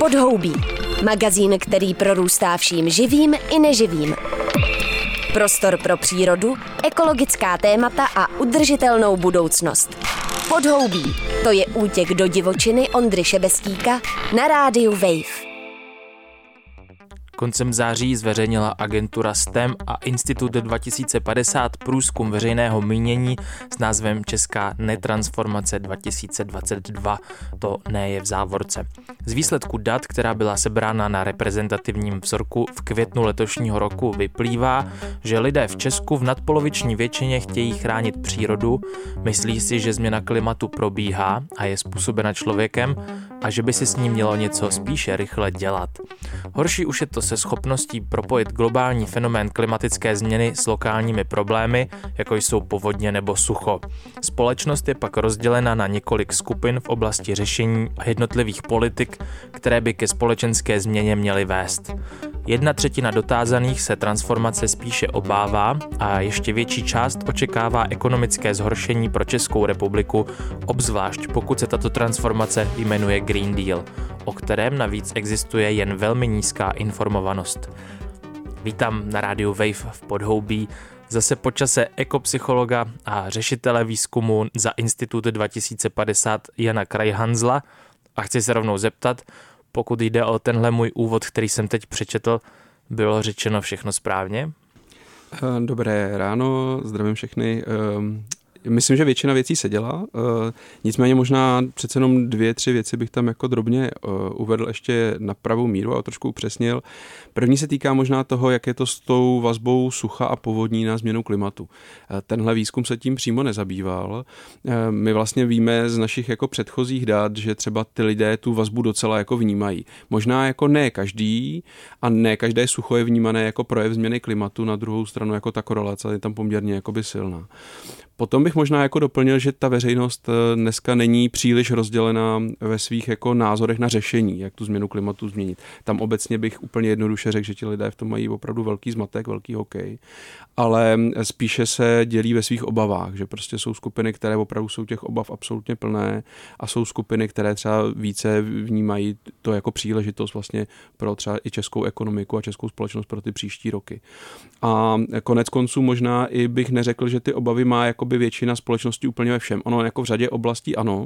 Podhoubí. Magazín, který prorůstá vším živým i neživým. Prostor pro přírodu, ekologická témata a udržitelnou budoucnost. Podhoubí. To je útěk do divočiny Ondry Šebestíka na rádiu Wave. Koncem září zveřejnila agentura STEM a Institut 2050 průzkum veřejného mínění s názvem Česká netransformace 2022. To ne je v závorce. Z výsledku dat, která byla sebrána na reprezentativním vzorku v květnu letošního roku, vyplývá, že lidé v Česku v nadpoloviční většině chtějí chránit přírodu, myslí si, že změna klimatu probíhá a je způsobena člověkem a že by si s ním mělo něco spíše rychle dělat. Horší už je to se schopností propojit globální fenomén klimatické změny s lokálními problémy, jako jsou povodně nebo sucho. Společnost je pak rozdělena na několik skupin v oblasti řešení a jednotlivých politik, které by ke společenské změně měly vést. 1/3 dotázaných se transformace spíše obává a ještě větší část očekává ekonomické zhoršení pro Českou republiku, obzvlášť pokud se tato transformace jmenuje Green Deal, o kterém navíc existuje jen velmi nízká informovanost. Vítám na rádiu Wave v Podhoubí zase po čase ekopsychologa a řešitele výzkumu za Institut 2050 Jana Krajhanzla a chci se rovnou zeptat, pokud jde o tenhle můj úvod, který jsem teď přečetl, bylo řečeno všechno správně? Dobré ráno, zdravím všechny. Myslím, že většina věcí se dělá, nicméně možná přece jenom 2-3 věci bych tam jako drobně uvedl ještě na pravou míru a trošku upřesnil. První se týká možná toho, jak je to s tou vazbou sucha a povodní na změnu klimatu. Tenhle výzkum se tím přímo nezabýval. My vlastně víme z našich jako předchozích dat, že třeba ty lidé tu vazbu docela jako vnímají. Možná jako ne každý a ne každé sucho je vnímané jako projev změny klimatu, na druhou stranu jako ta korelace je tam poměrně jakoby silná. Potom bych možná jako doplnil, že ta veřejnost dneska není příliš rozdělená ve svých jako názorech na řešení, jak tu změnu klimatu změnit. Tam obecně bych úplně jednoduše řekl, že ti lidé v tom mají opravdu velký zmatek, velký hokej, ale spíše se dělí ve svých obavách, že prostě jsou skupiny, které opravdu jsou těch obav absolutně plné a jsou skupiny, které třeba více vnímají to jako příležitost vlastně pro třeba i českou ekonomiku a českou společnost pro ty příští roky. A konec konců možná i bych neřekl, že ty obavy má jakoby většina společnosti úplně ve všem. Ono jako v řadě oblastí ano,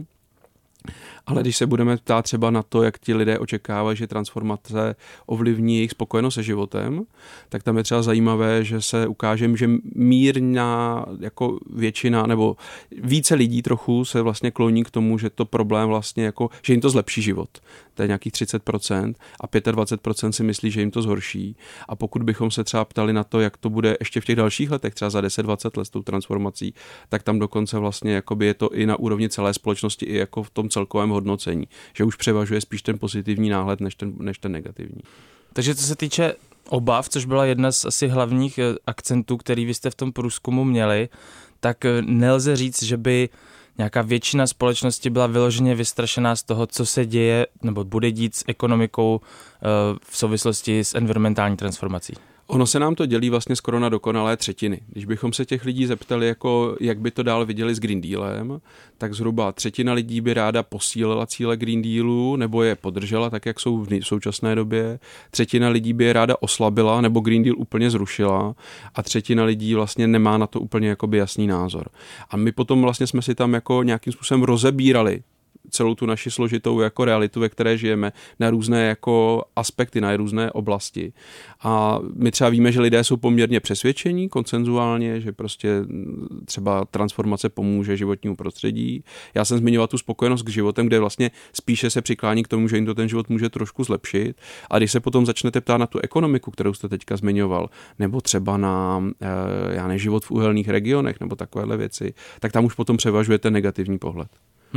ale když se budeme ptát třeba na to, jak ti lidé očekávají, že transformace ovlivní jejich spokojenost se životem, tak tam je třeba zajímavé, že se ukáže, že mírná jako většina nebo více lidí trochu se vlastně kloní k tomu, že to problém vlastně jako, že jim to zlepší život. To je nějakých 30% a 25% si myslí, že jim to zhorší. A pokud bychom se třeba ptali na to, jak to bude ještě v těch dalších letech, třeba za 10-20 let s tou transformací, tak tam dokonce vlastně jakoby je to i na úrovni celé společnosti, i jako v tom celkovém hodnocení, že už převažuje spíš ten pozitivní náhled než ten negativní. Takže co se týče obav, což byla jedna z asi hlavních akcentů, který vy jste v tom průzkumu měli, tak nelze říct, že by nějaká většina společnosti byla vyloženě vystrašená z toho, co se děje nebo bude dít s ekonomikou v souvislosti s environmentální transformací. Ono se nám to dělí vlastně skoro na dokonalé třetiny. Když bychom se těch lidí zeptali, jako, jak by to dál viděli s Green Dealem, tak zhruba 1/3 lidí by ráda posílila cíle Green Dealu nebo je podržela, tak jak jsou v současné době. 1/3 lidí by je ráda oslabila nebo Green Deal úplně zrušila a 1/3 lidí vlastně nemá na to úplně jakoby jasný názor. A my potom vlastně jsme si tam jako nějakým způsobem rozebírali celou tu naši složitou jako realitu, ve které žijeme, na různé jako aspekty, na různé oblasti. A my třeba víme, že lidé jsou poměrně přesvědčení konsenzuálně, že prostě třeba transformace pomůže životnímu prostředí. Já jsem zmiňoval tu spokojenost k životem, kde vlastně spíše se přiklání k tomu, že jim to ten život může trošku zlepšit. A když se potom začnete ptát na tu ekonomiku, kterou jste teďka zmiňoval, nebo třeba na život v uhelných regionech, nebo takovéhle věci, tak tam už potom převažuje ten negativní pohled.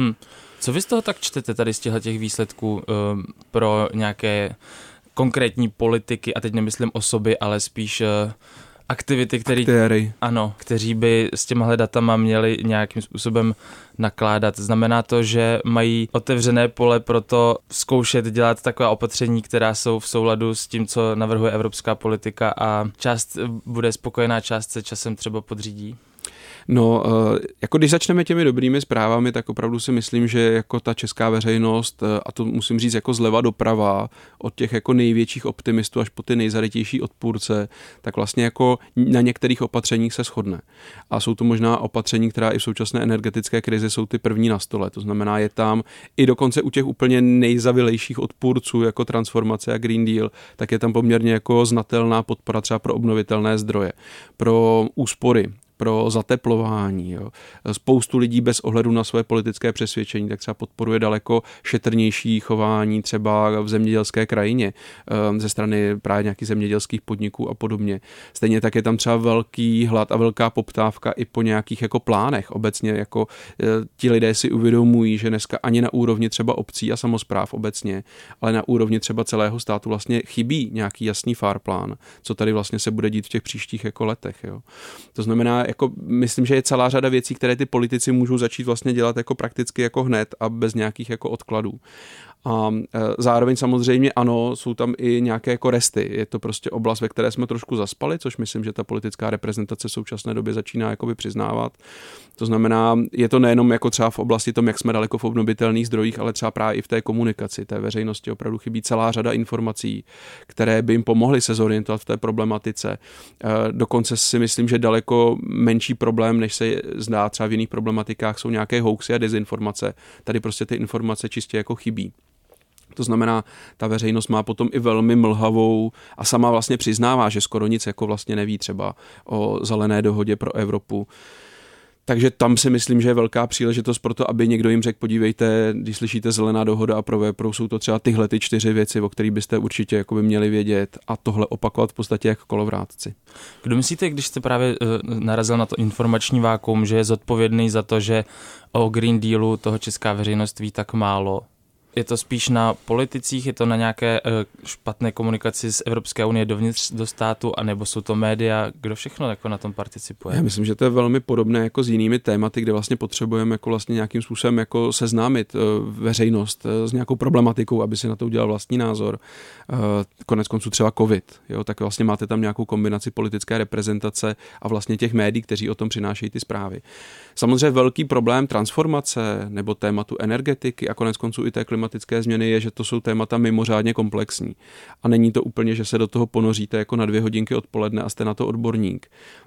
Co vy z toho tak čtete tady z těch výsledků pro nějaké konkrétní politiky, a teď nemyslím osoby, ale spíš aktivity, kteří by s těmahle datama měli nějakým způsobem nakládat. Znamená to, že mají otevřené pole pro to zkoušet dělat taková opatření, která jsou v souladu s tím, co navrhuje evropská politika a část bude spokojená, část se časem třeba podřídí? No, jako když začneme těmi dobrými zprávami, tak opravdu si myslím, že jako ta česká veřejnost, a to musím říct jako zleva doprava, od těch jako největších optimistů až po ty nejzarytější odpůrce, tak vlastně jako na některých opatřeních se shodne. A jsou to možná opatření, která i v současné energetické krizi jsou ty první na stole. To znamená, je tam i dokonce u těch úplně nejzavilejších odpůrců jako transformace a Green Deal, tak je tam poměrně jako znatelná podpora třeba pro obnovitelné zdroje, pro úspory, pro zateplování. Jo. Spoustu lidí bez ohledu na své politické přesvědčení tak třeba podporuje daleko šetrnější chování třeba v zemědělské krajině ze strany právě nějakých zemědělských podniků a podobně. Stejně tak je tam třeba velký hlad a velká poptávka i po nějakých jako plánech. Obecně jako ti lidé si uvědomují, že dneska ani na úrovni třeba obcí a samospráv obecně, ale na úrovni třeba celého státu vlastně chybí nějaký jasný plán, co tady vlastně se bude dít v těch příštích jako letech. Jo. To znamená, jako myslím, že je celá řada věcí, které ty politici můžou začít vlastně dělat jako prakticky jako hned a bez nějakých jako odkladů. A zároveň samozřejmě ano, jsou tam i nějaké jako resty. Je to prostě oblast, ve které jsme trošku zaspali, což myslím, že ta politická reprezentace v současné době začíná jakoby přiznávat. To znamená, je to nejenom jako třeba v oblasti tom, jak jsme daleko v obnovitelných zdrojích, ale třeba právě i v té komunikaci, té veřejnosti opravdu chybí celá řada informací, které by jim pomohly se zorientovat v té problematice. Dokonce si myslím, že daleko menší problém, než se zdá třeba v jiných problematikách, jsou nějaké hoaxy a dezinformace. Tady prostě ty informace čistě jako chybí. To znamená, ta veřejnost má potom i velmi mlhavou a sama vlastně přiznává, že skoro nic jako vlastně neví třeba o zelené dohodě pro Evropu. Takže tam si myslím, že je velká příležitost pro to, aby někdo jim řekl, podívejte, když slyšíte zelená dohoda a pro Vepru, jsou to třeba tyhle ty 4 věci, o kterých byste určitě jakoby měli vědět a tohle opakovat v podstatě jako kolovrátci. Kdo myslíte, když jste právě narazil na to informační vákuum, že je zodpovědný za to, že o Green Dealu toho česká veřejnost ví tak málo? Je to spíš na politicích, je to na nějaké špatné komunikaci z Evropské unie dovnitř do státu, anebo jsou to média, kdo všechno jako na tom participuje? Já myslím, že to je velmi podobné jako s jinými tématy, kde vlastně potřebujeme jako vlastně nějakým způsobem jako seznámit veřejnost s nějakou problematikou, aby si na to udělal vlastní názor. Konec konců třeba COVID, jo, tak vlastně máte tam nějakou kombinaci politické reprezentace a vlastně těch médií, kteří o tom přinášejí ty zprávy. Samozřejmě velký problém transformace nebo tématu energetiky a konec konců i té klimatické změny je, že to jsou témata mimořádně komplexní. A není to úplně, že se do toho ponoříte jako na 2 hodinky odpoledne a jste na to odborník.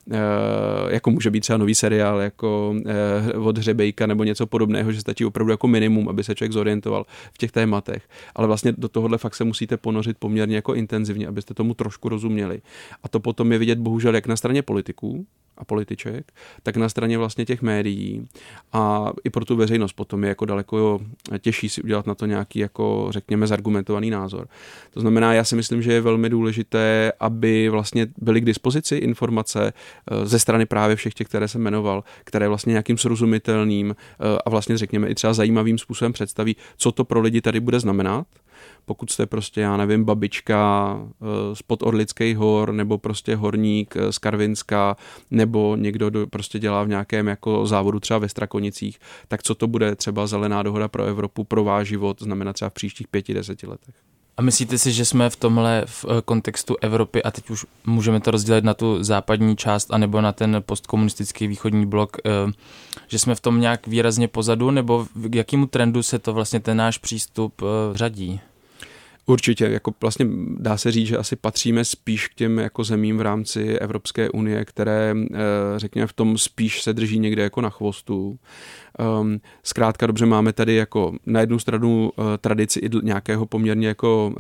Jako může být třeba nový seriál jako od Hřebejka nebo něco podobného, že stačí opravdu jako minimum, aby se člověk zorientoval v těch tématech. Ale vlastně do tohohle fakt se musíte ponořit poměrně jako intenzivně, abyste tomu trošku rozuměli. A to potom je vidět bohužel jak na straně politiků a političek, tak na straně vlastně těch médií a i pro tu veřejnost potom je jako daleko těžší si udělat na to nějaký jako řekněme zargumentovaný názor. To znamená, já si myslím, že je velmi důležité, aby vlastně byly k dispozici informace ze strany právě všech těch, které jsem jmenoval, které vlastně nějakým srozumitelným a vlastně řekněme i třeba zajímavým způsobem představí, co to pro lidi tady bude znamenat. Pokud jste prostě, já nevím, babička spod Orlických hor, nebo prostě horník z Karvinska, nebo někdo prostě dělá v nějakém jako závodu třeba ve Strakonicích, tak co to bude třeba zelená dohoda pro Evropu, pro váš život, znamená třeba v příštích 5-10 letech. A myslíte si, že jsme v tomhle v kontextu Evropy, a teď už můžeme to rozdělit na tu západní část, anebo na ten postkomunistický východní blok, že jsme v tom nějak výrazně pozadu, nebo k jakému trendu se to vlastně ten náš přístup řadí? Určitě, jako vlastně dá se říct, že asi patříme spíš k těm jako zemím v rámci Evropské unie, které řekněme v tom spíš se drží někde jako na chvostu. Zkrátka dobře máme tady jako na jednu stranu tradici i nějakého poměrně jako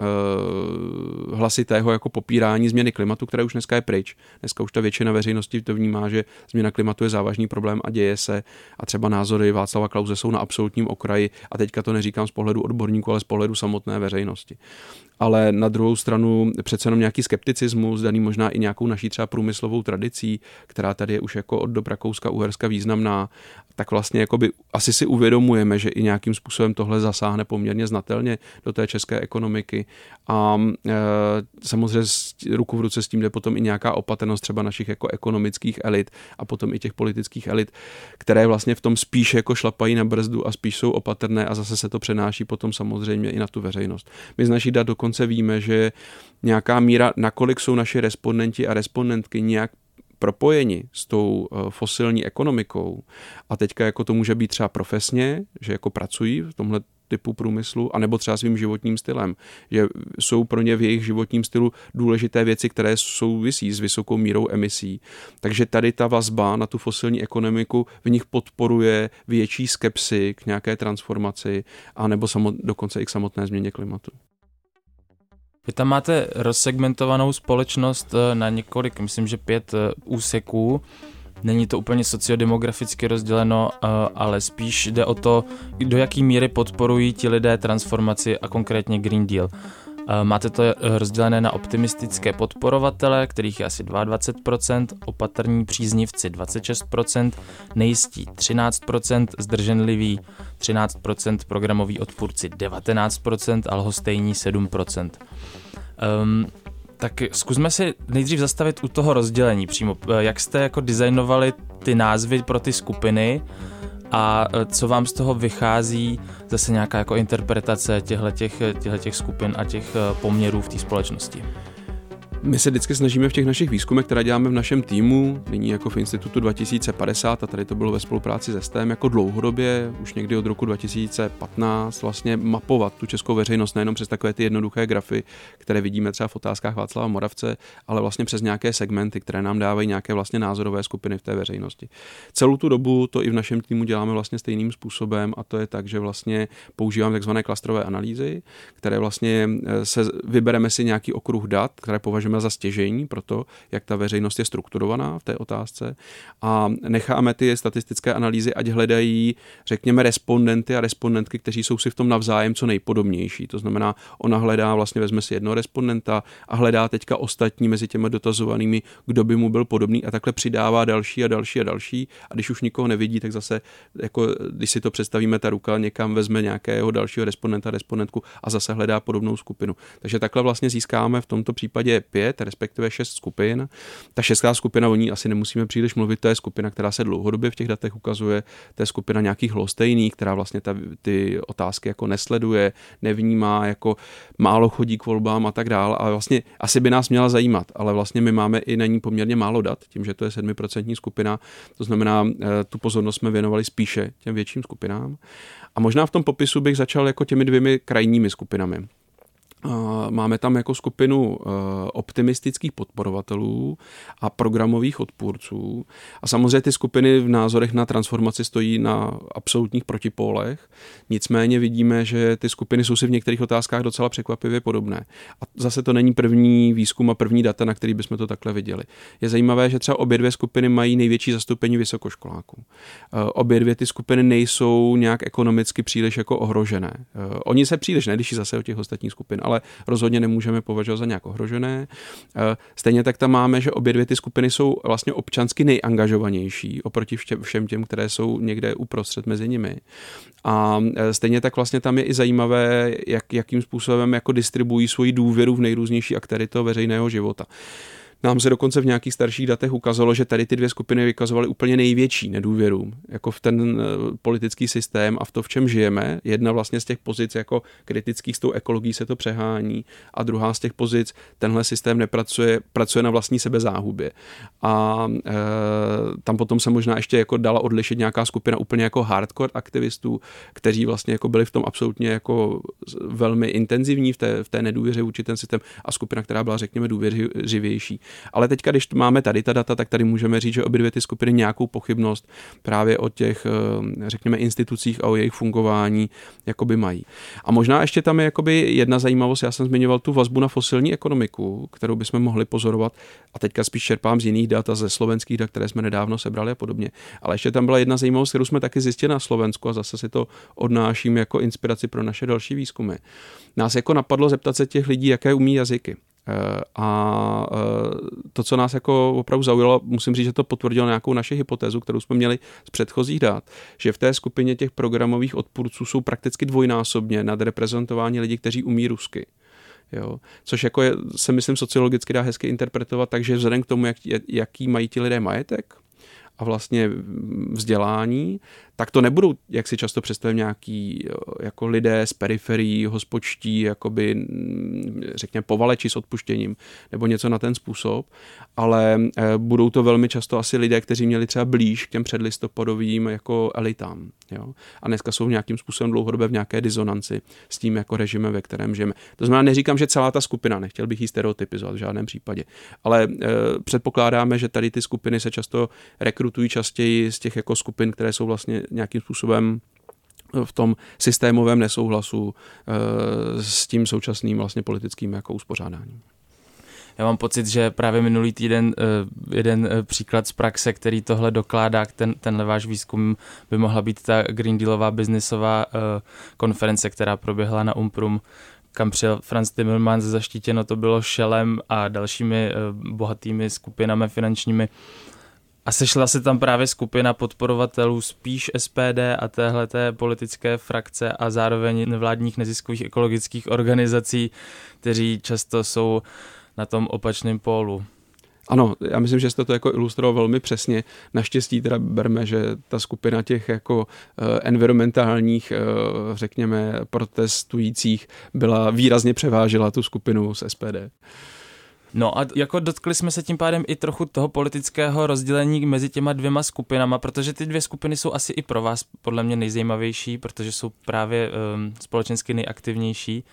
hlasitého jako popírání změny klimatu, které už dneska je pryč. Dneska už ta většina veřejnosti to vnímá, že změna klimatu je závažný problém a děje se a třeba názory Václava Klause jsou na absolutním okraji a teďka to neříkám z pohledu odborníků, ale z pohledu samotné veřejnosti. Ale na druhou stranu přece jenom nějaký skepticismus, daný možná i nějakou naší třeba průmyslovou tradicí, která tady je už jako od dob Rakouska, Uherska významná, tak vlastně jakoby asi si uvědomujeme, že i nějakým způsobem tohle zasáhne poměrně znatelně do té české ekonomiky a samozřejmě ruku v ruce s tím jde potom i nějaká opatrnost třeba našich jako ekonomických elit a potom i těch politických elit, které vlastně v tom spíš jako šlapají na brzdu a spíš jsou opatrné a zase se to přenáší potom samozřejmě i na tu veřejnost. My z našich dat dokonce víme, že nějaká míra, nakolik jsou naši respondenti a respondentky nějak propojeni s tou fosilní ekonomikou a teďka jako to může být třeba profesně, že jako pracují v tomhle typu průmyslu, anebo třeba svým životním stylem, že jsou pro ně v jejich životním stylu důležité věci, které souvisí s vysokou mírou emisí. Takže tady ta vazba na tu fosilní ekonomiku v nich podporuje větší skepsi k nějaké transformaci, anebo dokonce i k samotné změně klimatu. Vy tam máte rozsegmentovanou společnost na několik, myslím, že 5 úseků. Není to úplně sociodemograficky rozděleno, ale spíš jde o to, do jaký míry podporují ti lidé transformaci a konkrétně Green Deal. Máte to rozdělené na optimistické podporovatele, kterých je asi 22%, opatrní příznivci 26%, nejistí 13%, zdrženliví 13%, programoví odpůrci 19% a lhostejní 7%. Tak zkusme si nejdřív zastavit u toho rozdělení přímo. Jak jste jako designovali ty názvy pro ty skupiny a co vám z toho vychází zase nějaká jako interpretace těchto skupin a těch poměrů v té společnosti? My se vždycky snažíme v těch našich výzkumech, které děláme v našem týmu, nyní jako v Institutu 2050, a tady to bylo ve spolupráci se STEM, jako dlouhodobě, už někdy od roku 2015, vlastně mapovat tu českou veřejnost nejenom přes takové ty jednoduché grafy, které vidíme třeba v Otázkách Václava Moravce, ale vlastně přes nějaké segmenty, které nám dávají nějaké vlastně názorové skupiny v té veřejnosti. Celou tu dobu to i v našem týmu děláme vlastně stejným způsobem, a to je tak, že vlastně používáme takzvané klastrové analýzy, které vlastně vybereme si nějaký okruh dat, které považujeme za stěžejní pro to, jak ta veřejnost je strukturovaná v té otázce, a necháme ty statistické analýzy, ať hledají, řekněme, respondenty a respondentky, kteří jsou si v tom navzájem co nejpodobnější. To znamená, ona hledá, vlastně vezme si jednoho respondenta a hledá teďka ostatní mezi těmi dotazovanými, kdo by mu byl podobný, a takhle přidává další a další a další, a když už nikoho nevidí, tak zase, jako když si to představíme, ta ruka někam vezme nějakého dalšího respondenta, respondentku a zase hledá podobnou skupinu. Takže takhle vlastně získáme v tomto případě 5, respektive 6 skupin. Ta 6. skupina, o ní asi nemusíme příliš mluvit, to je skupina, která se dlouhodobě v těch datech ukazuje, to je skupina nějakých lhostejných, která vlastně ty otázky jako nesleduje, nevnímá, jako málo chodí k volbám a tak dál, a vlastně asi by nás měla zajímat, ale vlastně my máme i na ní poměrně málo dat, tím, že to je 7% skupina, to znamená, tu pozornost jsme věnovali spíše těm větším skupinám. A možná v tom popisu bych začal jako těmi 2 krajními skupinami. Máme tam jako skupinu optimistických podporovatelů a programových odpůrců. A samozřejmě ty skupiny v názorech na transformaci stojí na absolutních protipólech. Nicméně vidíme, že ty skupiny jsou si v některých otázkách docela překvapivě podobné. A zase to není první výzkum a první data, na který bychom to takhle viděli. Je zajímavé, že třeba obě 2 skupiny mají největší zastoupení vysokoškoláků. Obě 2 ty skupiny nejsou nějak ekonomicky příliš jako ohrožené. Oni se příliš neliší zase od těch ostatních skupin, ale rozhodně nemůžeme považovat za nějak ohrožené. Stejně tak tam máme, že obě 2 ty skupiny jsou vlastně občansky nejangažovanější oproti všem těm, které jsou někde uprostřed mezi nimi. A stejně tak vlastně tam je i zajímavé, jakým způsobem jako distribuují svoji důvěru v nejrůznější aktéry toho veřejného života. Nám se dokonce v nějakých starších datech ukázalo, že tady ty 2 skupiny vykazovaly úplně největší nedůvěru jako v ten politický systém a v to, v čem žijeme. Jedna vlastně z těch pozic jako kritických s tou ekologií se to přehání, a druhá z těch pozic, tenhle systém nepracuje, pracuje na vlastní sebezáhubě. A tam potom se možná ještě jako dala odlišit nějaká skupina úplně jako hardcore aktivistů, kteří vlastně jako byli v tom absolutně jako velmi intenzivní v té nedůvěře vůči ten systém, a skupina, která byla, řekněme, důvěřivější. Ale teďka, když máme tady ta data, tak tady můžeme říct, že obě 2 ty skupiny nějakou pochybnost právě o těch, řekněme, institucích a o jejich fungování jakoby mají. A možná ještě tam je jakoby jedna zajímavost, já jsem zmiňoval tu vazbu na fosilní ekonomiku, kterou bychom mohli pozorovat, a teďka spíš čerpám z jiných dat a ze slovenských dat, které jsme nedávno sebrali a podobně. Ale ještě tam byla jedna zajímavost, kterou jsme taky zjistili na Slovensku, a zase si to odnáším jako inspiraci pro naše další výzkumy. Nás jako napadlo zeptat se těch lidí, jaké umí jazyky. A to, co nás jako opravdu zaujalo, musím říct, že to potvrdilo nějakou naši hypotézu, kterou jsme měli z předchozích dat, že v té skupině těch programových odpůrců jsou prakticky dvojnásobně nadreprezentováni lidi, kteří umí rusky. Jo? Což jako se myslím sociologicky dá hezky interpretovat, takže vzhledem k tomu, jaký mají ti lidé majetek a vlastně vzdělání, tak to nebudou, jak si často představím, nějaký jako lidé z periferií, hospodští, jakoby, řekněme, povaleči s odpuštěním, nebo něco na ten způsob, ale budou to velmi často asi lidé, kteří měli třeba blíž k těm předlistopadovým jako elitám. Jo? A dneska jsou nějakým způsobem dlouhodobě v nějaké disonanci s tím jako režimem, ve kterém žijeme. To znamená, neříkám, že celá ta skupina, nechtěl bych ji stereotypizovat v žádném případě, ale předpokládáme, že tady ty skupiny se často rekrutují častěji z těch jako skupin, které jsou vlastně nějakým způsobem v tom systémovém nesouhlasu s tím současným vlastně politickým jako uspořádáním. Já mám pocit, že právě minulý týden jeden příklad z praxe, který tohle dokládá, tenhle váš výzkum, by mohla být ta Green Dealová biznisová konference, která proběhla na Umprum, kam přijel Franz Timmermans, zaštítěno to bylo Shellem a dalšími bohatými skupinami finančními. A sešla se tam právě skupina podporovatelů spíš SPD a téhleté politické frakce a zároveň nevládních neziskových ekologických organizací, kteří často jsou na tom opačném pólu. Ano, já myslím, že jste to jako ilustroval velmi přesně. Naštěstí teda berme, že ta skupina těch jako environmentálních, řekněme, protestujících byla výrazně převážila tu skupinu z SPD. No a jako dotkli jsme se tím pádem i trochu toho politického rozdělení mezi těma dvěma skupinama, protože ty dvě skupiny jsou asi i pro vás podle mě nejzajímavější, protože jsou právě společensky nejaktivnější.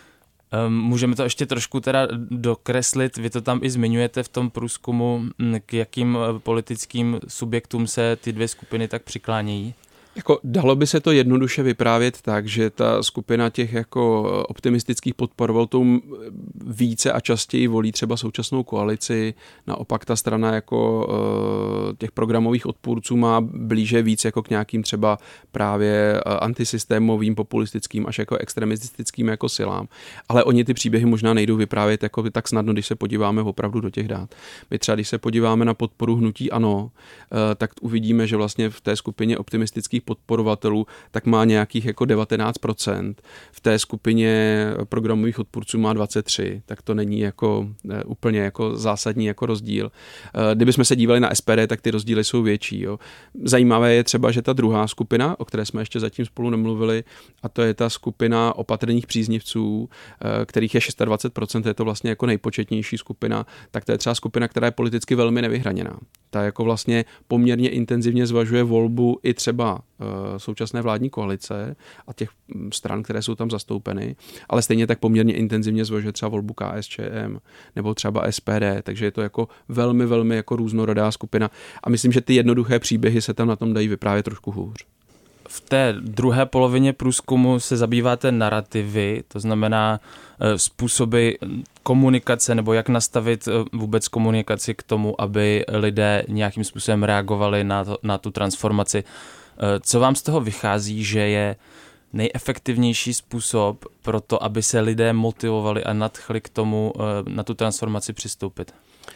Můžeme to ještě trošku teda dokreslit, vy to tam i zmiňujete v tom průzkumu, k jakým politickým subjektům se ty dvě skupiny tak přiklánějí? Jako dalo by se to jednoduše vyprávět tak, že ta skupina těch jako optimistických podporovatelů více a častěji volí třeba současnou koalici, naopak ta strana jako těch programových odpůrců má blíže víc jako k nějakým třeba právě antisystémovým, populistickým až jako extremistickým jako silám. Ale oni ty příběhy možná nejdou vyprávět jako tak snadno, když se podíváme opravdu do těch dát. My třeba, když se podíváme na podporu hnutí ANO, tak uvidíme, že vlastně v té skupině optimistických podporovatelů, tak má nějakých jako 19%. V té skupině programových odpůrců má 23%, tak to není jako úplně jako zásadní jako rozdíl. Kdybychom se dívali na SPD, tak ty rozdíly jsou větší. Jo. Zajímavé je třeba, že ta druhá skupina, o které jsme ještě zatím spolu nemluvili, a to je ta skupina opatrných příznivců, kterých je 26%, je to vlastně jako nejpočetnější skupina, tak to je třeba skupina, která je politicky velmi nevyhraněná. Ta jako vlastně poměrně intenzivně zvažuje volbu i třeba současné vládní koalice a těch stran, které jsou tam zastoupeny, ale stejně tak poměrně intenzivně zvažuje třeba volbu KSČM nebo třeba SPD, takže je to jako velmi, velmi jako různorodá skupina a myslím, že ty jednoduché příběhy se tam na tom dají vyprávět trošku hůř. V té druhé polovině průzkumu se zabýváte narrativy, to znamená způsoby komunikace nebo jak nastavit vůbec komunikaci k tomu, aby lidé nějakým způsobem reagovali na tu transformaci. Co vám z toho vychází, že je nejefektivnější způsob pro to, aby se lidé motivovali a nadchli k tomu na tu transformaci přistoupit?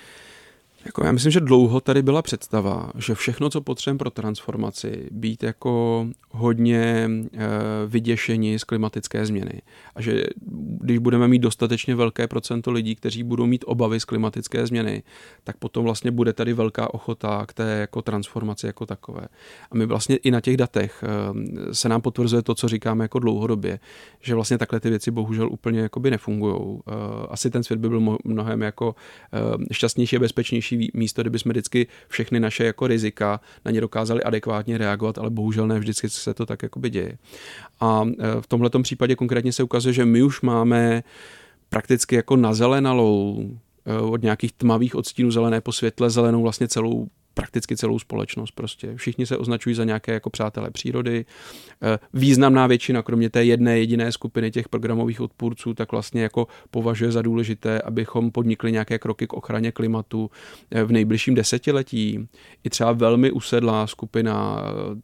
Jako já myslím, že dlouho tady byla představa, že všechno, co potřebujeme pro transformaci, být jako hodně vyděšení z klimatické změny. A že když budeme mít dostatečně velké procento lidí, kteří budou mít obavy z klimatické změny, tak potom vlastně bude tady velká ochota k té jako transformaci jako takové. A my vlastně i na těch datech se nám potvrzuje to, co říkáme jako dlouhodobě, že vlastně takhle ty věci bohužel úplně jakoby nefungujou. Asi ten svět by byl mnohem jako šťastnější a bezpečnější místo, kdyby jsme vždycky všechny naše jako rizika na ně dokázali adekvátně reagovat, ale bohužel ne vždycky se to tak jakoby děje. A v tomhletom případě konkrétně se ukazuje, že my už máme prakticky jako nazelenalou od nějakých tmavých odstínů zelené po světle zelenou vlastně prakticky celou společnost prostě. Všichni se označují za nějaké jako přátelé přírody. Významná většina, kromě té jedné jediné skupiny těch programových odpůrců, tak vlastně jako považuje za důležité, abychom podnikli nějaké kroky k ochraně klimatu v nejbližším desetiletí. I třeba velmi usedlá skupina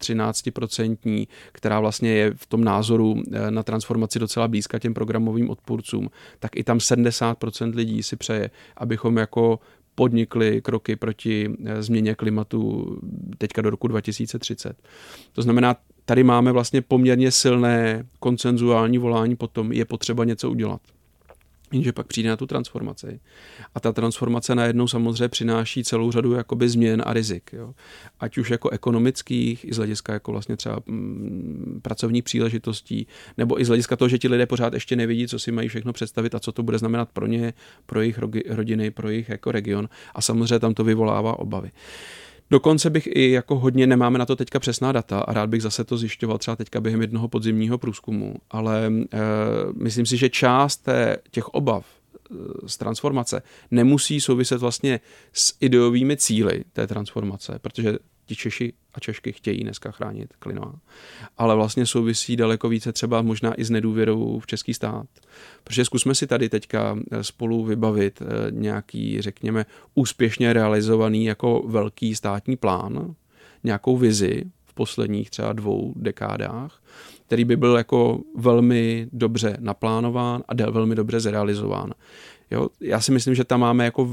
13%, která vlastně je v tom názoru na transformaci docela blízka těm programovým odpůrcům, tak i tam 70% lidí si přeje, abychom jako podnikli kroky proti změně klimatu teďka do roku 2030. To znamená, tady máme vlastně poměrně silné konsenzuální volání potom, je potřeba něco udělat. Jenže pak přijde na tu transformaci. A ta transformace najednou samozřejmě přináší celou řadu jakoby změn a rizik. Jo. Ať už jako ekonomických, i z hlediska jako vlastně třeba pracovních příležitostí, nebo i z hlediska toho, že ti lidé pořád ještě nevědí, co si mají všechno představit a co to bude znamenat pro ně, pro jejich rodiny, pro jejich jako region. A samozřejmě tam to vyvolává obavy. Dokonce bych i jako hodně, nemáme na to teďka přesná data a rád bych zase to zjišťoval třeba teďka během jednoho podzimního průzkumu, ale myslím si, že část těch obav z transformace nemusí souviset vlastně s ideovými cíli té transformace, protože ti Češi a Češky chtějí dneska chránit klima, ale vlastně souvisí daleko více třeba možná i s nedůvěrou v český stát. Protože zkusme si tady teďka spolu vybavit nějaký, řekněme, úspěšně realizovaný jako velký státní plán, nějakou vizi v posledních třeba 2 dekádách, který by byl jako velmi dobře naplánován a velmi dobře zrealizován. Jo? Já si myslím, že tam máme jako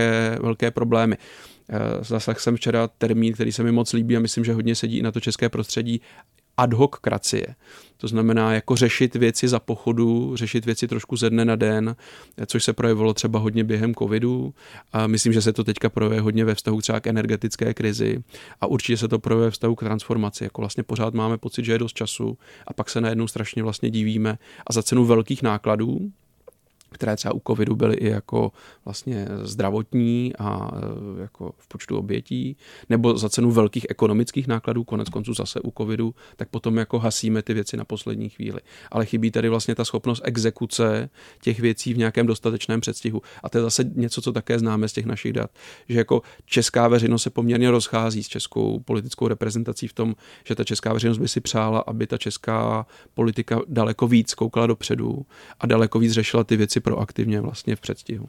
velké problémy. Zaslechl jsem včera termín, který se mi moc líbí a myslím, že hodně sedí i na to české prostředí, ad hockracie. To znamená jako řešit věci za pochodu, řešit věci trošku ze dne na den, což se projevilo třeba hodně během covidu a myslím, že se to teďka projevuje hodně ve vztahu třeba k energetické krizi a určitě se to projevuje ve vztahu k transformaci. Jako vlastně pořád máme pocit, že je dost času a pak se najednou strašně vlastně divíme a za cenu velkých nákladů, které třeba u covidu byly i jako vlastně zdravotní a jako v počtu obětí, nebo za cenu velkých ekonomických nákladů, konec konců zase u covidu, tak potom jako hasíme ty věci na poslední chvíli. Ale chybí tady vlastně ta schopnost exekuce těch věcí v nějakém dostatečném předstihu. A to je zase něco, co také známe z těch našich dat, že jako česká veřejnost se poměrně rozchází s českou politickou reprezentací v tom, že ta česká veřejnost by si přála, aby ta česká politika daleko víc koukala dopředu a daleko víc řešila ty věci proaktivně vlastně v předstihu.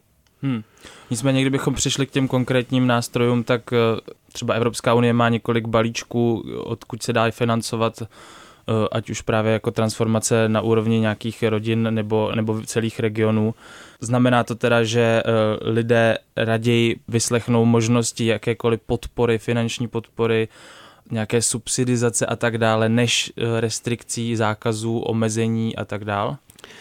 Nicméně, kdybychom přišli k těm konkrétním nástrojům, tak třeba Evropská unie má několik balíčků, odkud se dá financovat, ať už právě jako transformace na úrovni nějakých rodin nebo celých regionů. Znamená to teda, že lidé raději vyslechnou možnosti jakékoliv podpory, finanční podpory, nějaké subsidizace a tak dále, než restrikcí, zákazů, omezení a tak dále?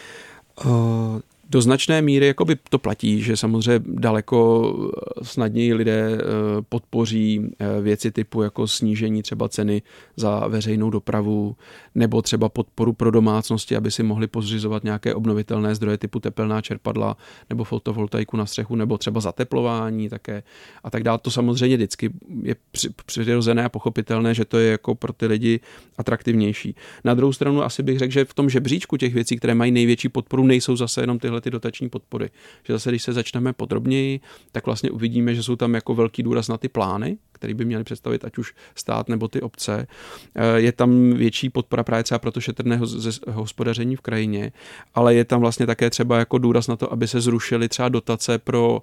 Do značné míry jakoby to platí, že samozřejmě daleko snadněji lidé podpoří věci typu jako snížení třeba ceny za veřejnou dopravu nebo třeba podporu pro domácnosti, aby si mohli pořizovat nějaké obnovitelné zdroje typu tepelná čerpadla nebo fotovoltaiku na střechu nebo třeba zateplování také a tak dále. To samozřejmě vždycky je přirozené a pochopitelné, že to je jako pro ty lidi atraktivnější. Na druhou stranu asi bych řekl, že v tom žebříčku těch věcí, které mají největší podporu, nejsou zase jenom tyhle ty dotační podpory. Že zase, když se začneme podrobněji, tak vlastně uvidíme, že jsou tam jako velký důraz na ty plány, který by měli představit ať už stát nebo ty obce. Je tam větší podpora právě třeba pro to šetrné hospodaření v krajině, ale je tam vlastně také třeba jako důraz na to, aby se zrušily třeba dotace pro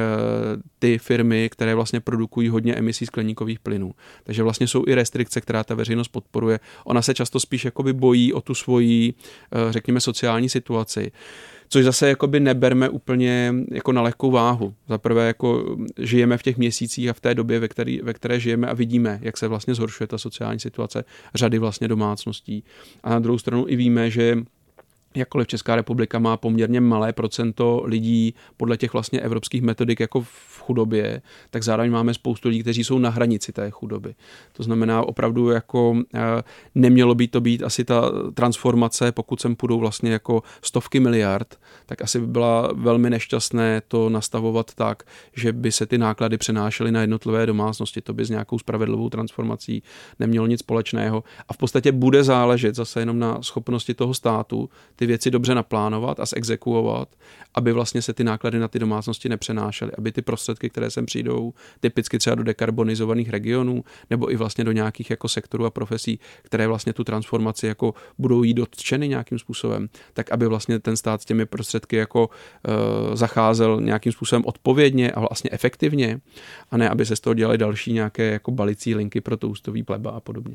ty firmy, které vlastně produkují hodně emisí skleníkových plynů. Takže vlastně jsou i restrikce, která ta veřejnost podporuje. Ona se často spíš jakoby bojí o tu svoji, řekněme, sociální situaci. Což zase jakoby neberme úplně jako na lehkou váhu. Zaprvé jako žijeme v těch měsících a v té době, ve které žijeme a vidíme, jak se vlastně zhoršuje ta sociální situace řady vlastně domácností. A na druhou stranu i víme, že jakkoliv Česká republika má poměrně malé procento lidí podle těch vlastně evropských metodik jako v chudobě, tak zároveň máme spoustu lidí, kteří jsou na hranici té chudoby. To znamená opravdu jako nemělo by to být asi ta transformace, pokud sem půjdou vlastně jako stovky miliard, tak asi by byla velmi nešťastné to nastavovat tak, že by se ty náklady přenášely na jednotlivé domácnosti. To by s nějakou spravedlivou transformací nemělo nic společného. A v podstatě bude záležet zase jenom na schopnosti toho státu ty věci dobře naplánovat a zexekuovat, aby vlastně se ty náklady na ty domácnosti nepřenášely, aby ty prostředky, které sem přijdou, typicky třeba do dekarbonizovaných regionů, nebo i vlastně do nějakých jako sektorů a profesí, které vlastně tu transformaci jako budou jí dotčeny nějakým způsobem, tak aby vlastně ten stát s těmi prostředky jako zacházel nějakým způsobem odpovědně a vlastně efektivně, a ne aby se z toho dělaly další nějaké jako balicí linky pro toustový pleba a podobně.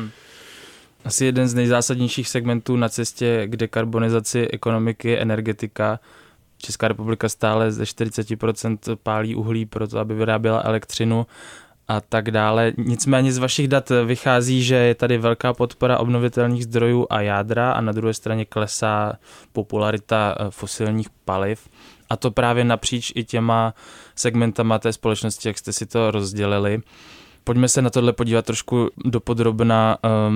Asi jeden z nejzásadnějších segmentů na cestě k dekarbonizaci ekonomiky je energetika. Česká republika stále ze 40% pálí uhlí pro to, aby vyráběla elektřinu a tak dále. Nicméně z vašich dat vychází, že je tady velká podpora obnovitelných zdrojů a jádra a na druhé straně klesá popularita fosilních paliv. A to právě napříč i těma segmentama té společnosti, jak jste si to rozdělili. Pojďme se na tohle podívat trošku dopodrobna,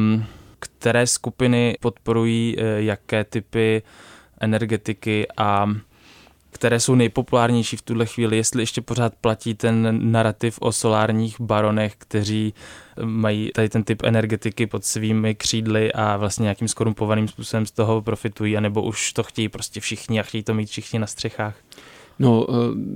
které skupiny podporují jaké typy energetiky a které jsou nejpopulárnější v tuhle chvíli, jestli ještě pořád platí ten narrativ o solárních baronech, kteří mají tady ten typ energetiky pod svými křídly a vlastně nějakým skorumpovaným způsobem z toho profitují, anebo už to chtějí prostě všichni a chtějí to mít všichni na střechách. No,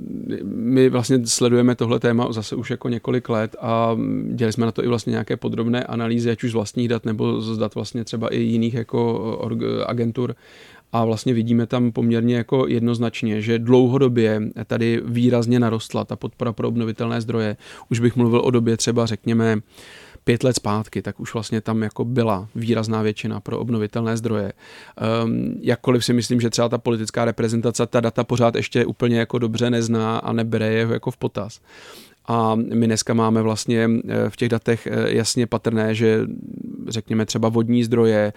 my vlastně sledujeme tohle téma zase už jako několik let a dělali jsme na to i vlastně nějaké podrobné analýzy, ať už z vlastních dat nebo z dat vlastně třeba i jiných jako agentur. A vlastně vidíme tam poměrně jako jednoznačně, že dlouhodobě tady výrazně narostla ta podpora pro obnovitelné zdroje. Už bych mluvil o době třeba řekněme 5 let zpátky, tak už vlastně tam jako byla výrazná většina pro obnovitelné zdroje. Jakkoliv si myslím, že třeba ta politická reprezentace ta data pořád ještě úplně jako dobře nezná a nebere je jako v potaz. A my dneska máme vlastně v těch datech jasně patrné, že řekněme třeba vodní zdroje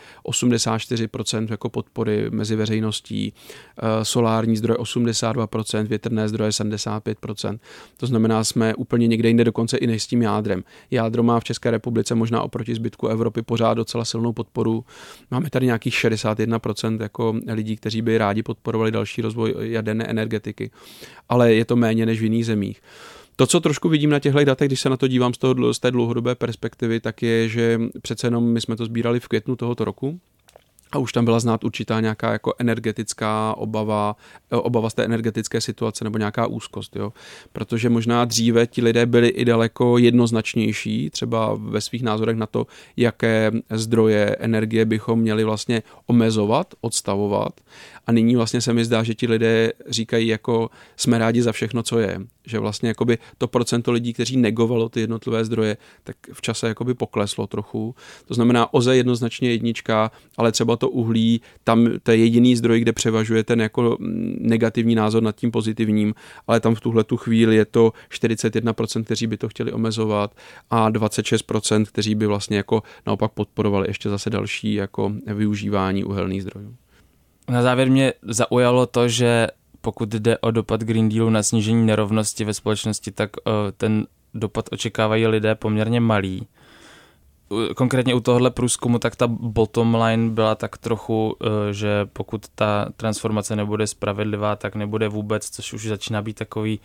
84% jako podpory mezi veřejností, solární zdroje 82%, větrné zdroje 75%. To znamená, jsme úplně někde jinde, dokonce i než s tím jádrem. Jádro má v České republice možná oproti zbytku Evropy pořád docela silnou podporu. Máme tady nějakých 61% jako lidí, kteří by rádi podporovali další rozvoj jaderné energetiky, ale je to méně než v jiných zemích. To, co trošku vidím na těchto datech, když se na to dívám z té dlouhodobé perspektivy, tak je, že přece jenom my jsme to sbírali v květnu tohoto roku a už tam byla znát určitá nějaká jako energetická obava z té energetické situace nebo nějaká úzkost, jo? Protože možná dříve ti lidé byli i daleko jednoznačnější, třeba ve svých názorech na to, jaké zdroje energie bychom měli vlastně omezovat, odstavovat. A nyní vlastně se mi zdá, že ti lidé říkají jako jsme rádi za všechno, co je. Že vlastně jakoby to procento lidí, kteří negovalo ty jednotlivé zdroje, tak v čase jakoby pokleslo trochu. To znamená OZE jednoznačně jednička, ale třeba to uhlí, tam to je jediný zdroj, kde převažuje ten jako negativní názor nad tím pozitivním, ale tam v tuhletu chvíli je to 41%, kteří by to chtěli omezovat a 26%, kteří by vlastně jako naopak podporovali ještě zase další jako využívání uhelných zdrojů. Na závěr mě zaujalo to, že pokud jde o dopad Green Dealu na snížení nerovnosti ve společnosti, tak ten dopad očekávají lidé poměrně malý. Konkrétně u tohohle průzkumu, tak ta bottom line byla tak trochu, že pokud ta transformace nebude spravedlivá, tak nebude vůbec, což už začíná být takový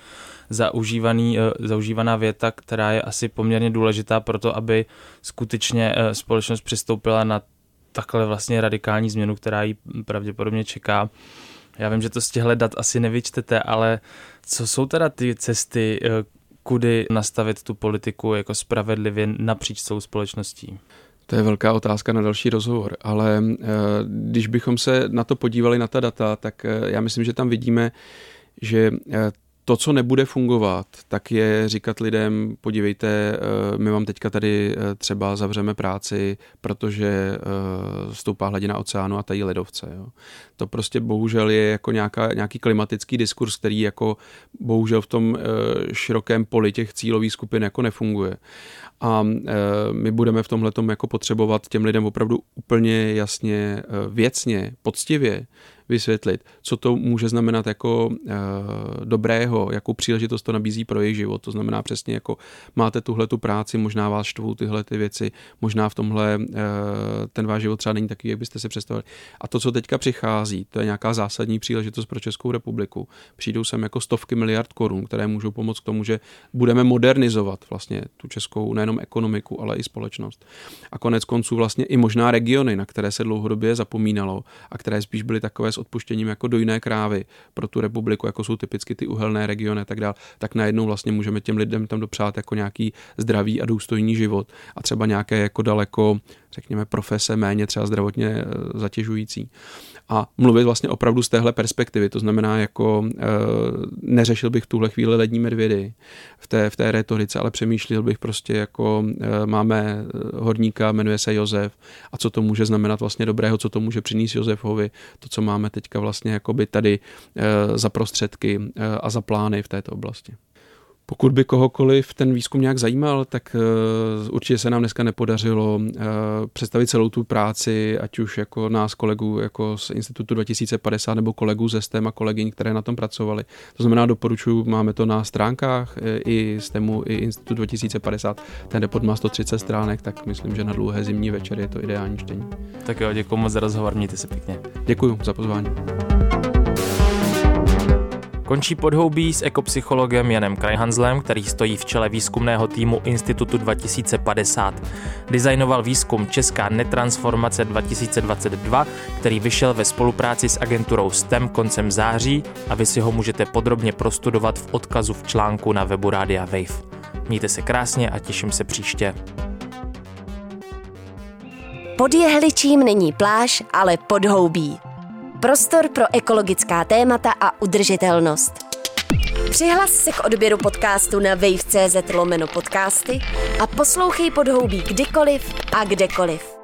zaužívaná věta, která je asi poměrně důležitá pro to, aby skutečně společnost přistoupila na takhle vlastně radikální změnu, která ji pravděpodobně čeká. Já vím, že to z těchto dat asi nevyčtete, ale co jsou teda ty cesty, kudy nastavit tu politiku jako spravedlivě napříč celou společností? To je velká otázka na další rozhovor, ale když bychom se na to podívali, na ta data, tak já myslím, že tam vidíme, že to, co nebude fungovat, tak je říkat lidem, podívejte, my vám teďka tady třeba zavřeme práci, protože stoupá hladina oceánu a tají ledovce. Jo. To prostě bohužel je jako nějaký klimatický diskurs, který jako bohužel v tom širokém poli těch cílových skupin jako nefunguje. A my budeme v tomhletom jako potřebovat těm lidem opravdu úplně jasně, věcně, poctivě vysvětlit, co to může znamenat jako dobrého, jakou příležitost to nabízí pro jejich život. To znamená přesně jako máte tuhletu práci, možná vás štvou tyhle ty věci, možná v tomhle ten váš život třeba není takový, jak byste si představili. A to, co teďka přichází, to je nějaká zásadní příležitost pro Českou republiku. Přijdou sem jako stovky miliard korun, které můžou pomoct k tomu, že budeme modernizovat vlastně tu českou nejenom ekonomiku, ale i společnost. A konec konců vlastně i možná regiony, na které se dlouhodobě zapomínalo a které spíš byly takové s odpuštěním jako dojné krávy pro tu republiku, jako jsou typicky ty uhelné regiony a tak dále, tak najednou vlastně můžeme těm lidem tam dopřát jako nějaký zdravý a důstojný život a třeba nějaké jako daleko, řekněme, profese méně třeba zdravotně zatěžující. A mluvit vlastně opravdu z téhle perspektivy, to znamená jako neřešil bych v tuhle chvíli lední medvědy v té retorice, ale přemýšlel bych prostě jako máme horníka, jmenuje se Josef a co to může znamenat vlastně dobrého, co to může přinést Josefovi, to, co máme teďka vlastně jakoby tady za prostředky a za plány v této oblasti. Pokud by kohokoliv ten výzkum nějak zajímal, tak určitě se nám dneska nepodařilo představit celou tu práci, ať už jako nás kolegů jako z Institutu 2050 nebo kolegů ze STEM a kolegyň, které na tom pracovali. To znamená, doporučuji, máme to na stránkách i STEMu, i Institutu 2050. Ten report má 130 stránek, tak myslím, že na dlouhé zimní večer je to ideální čtení. Tak jo, děkuji moc za rozhovor, mějte se pěkně. Děkuji za pozvání. Končí Podhoubí s ekopsychologem Janem Krajhanzlem, který stojí v čele výzkumného týmu Institutu 2050. Designoval výzkum Česká netransformace 2022, který vyšel ve spolupráci s agenturou STEM koncem září a vy si ho můžete podrobně prostudovat v odkazu v článku na webu Rádia Wave. Mějte se krásně a těším se příště. Pod Jehličím není pláž, ale podhoubí. Prostor pro ekologická témata a udržitelnost. Přihlas se k odběru podcastu na wave.cz/podcasty a poslouchej Podhoubí kdykoliv a kdekoliv.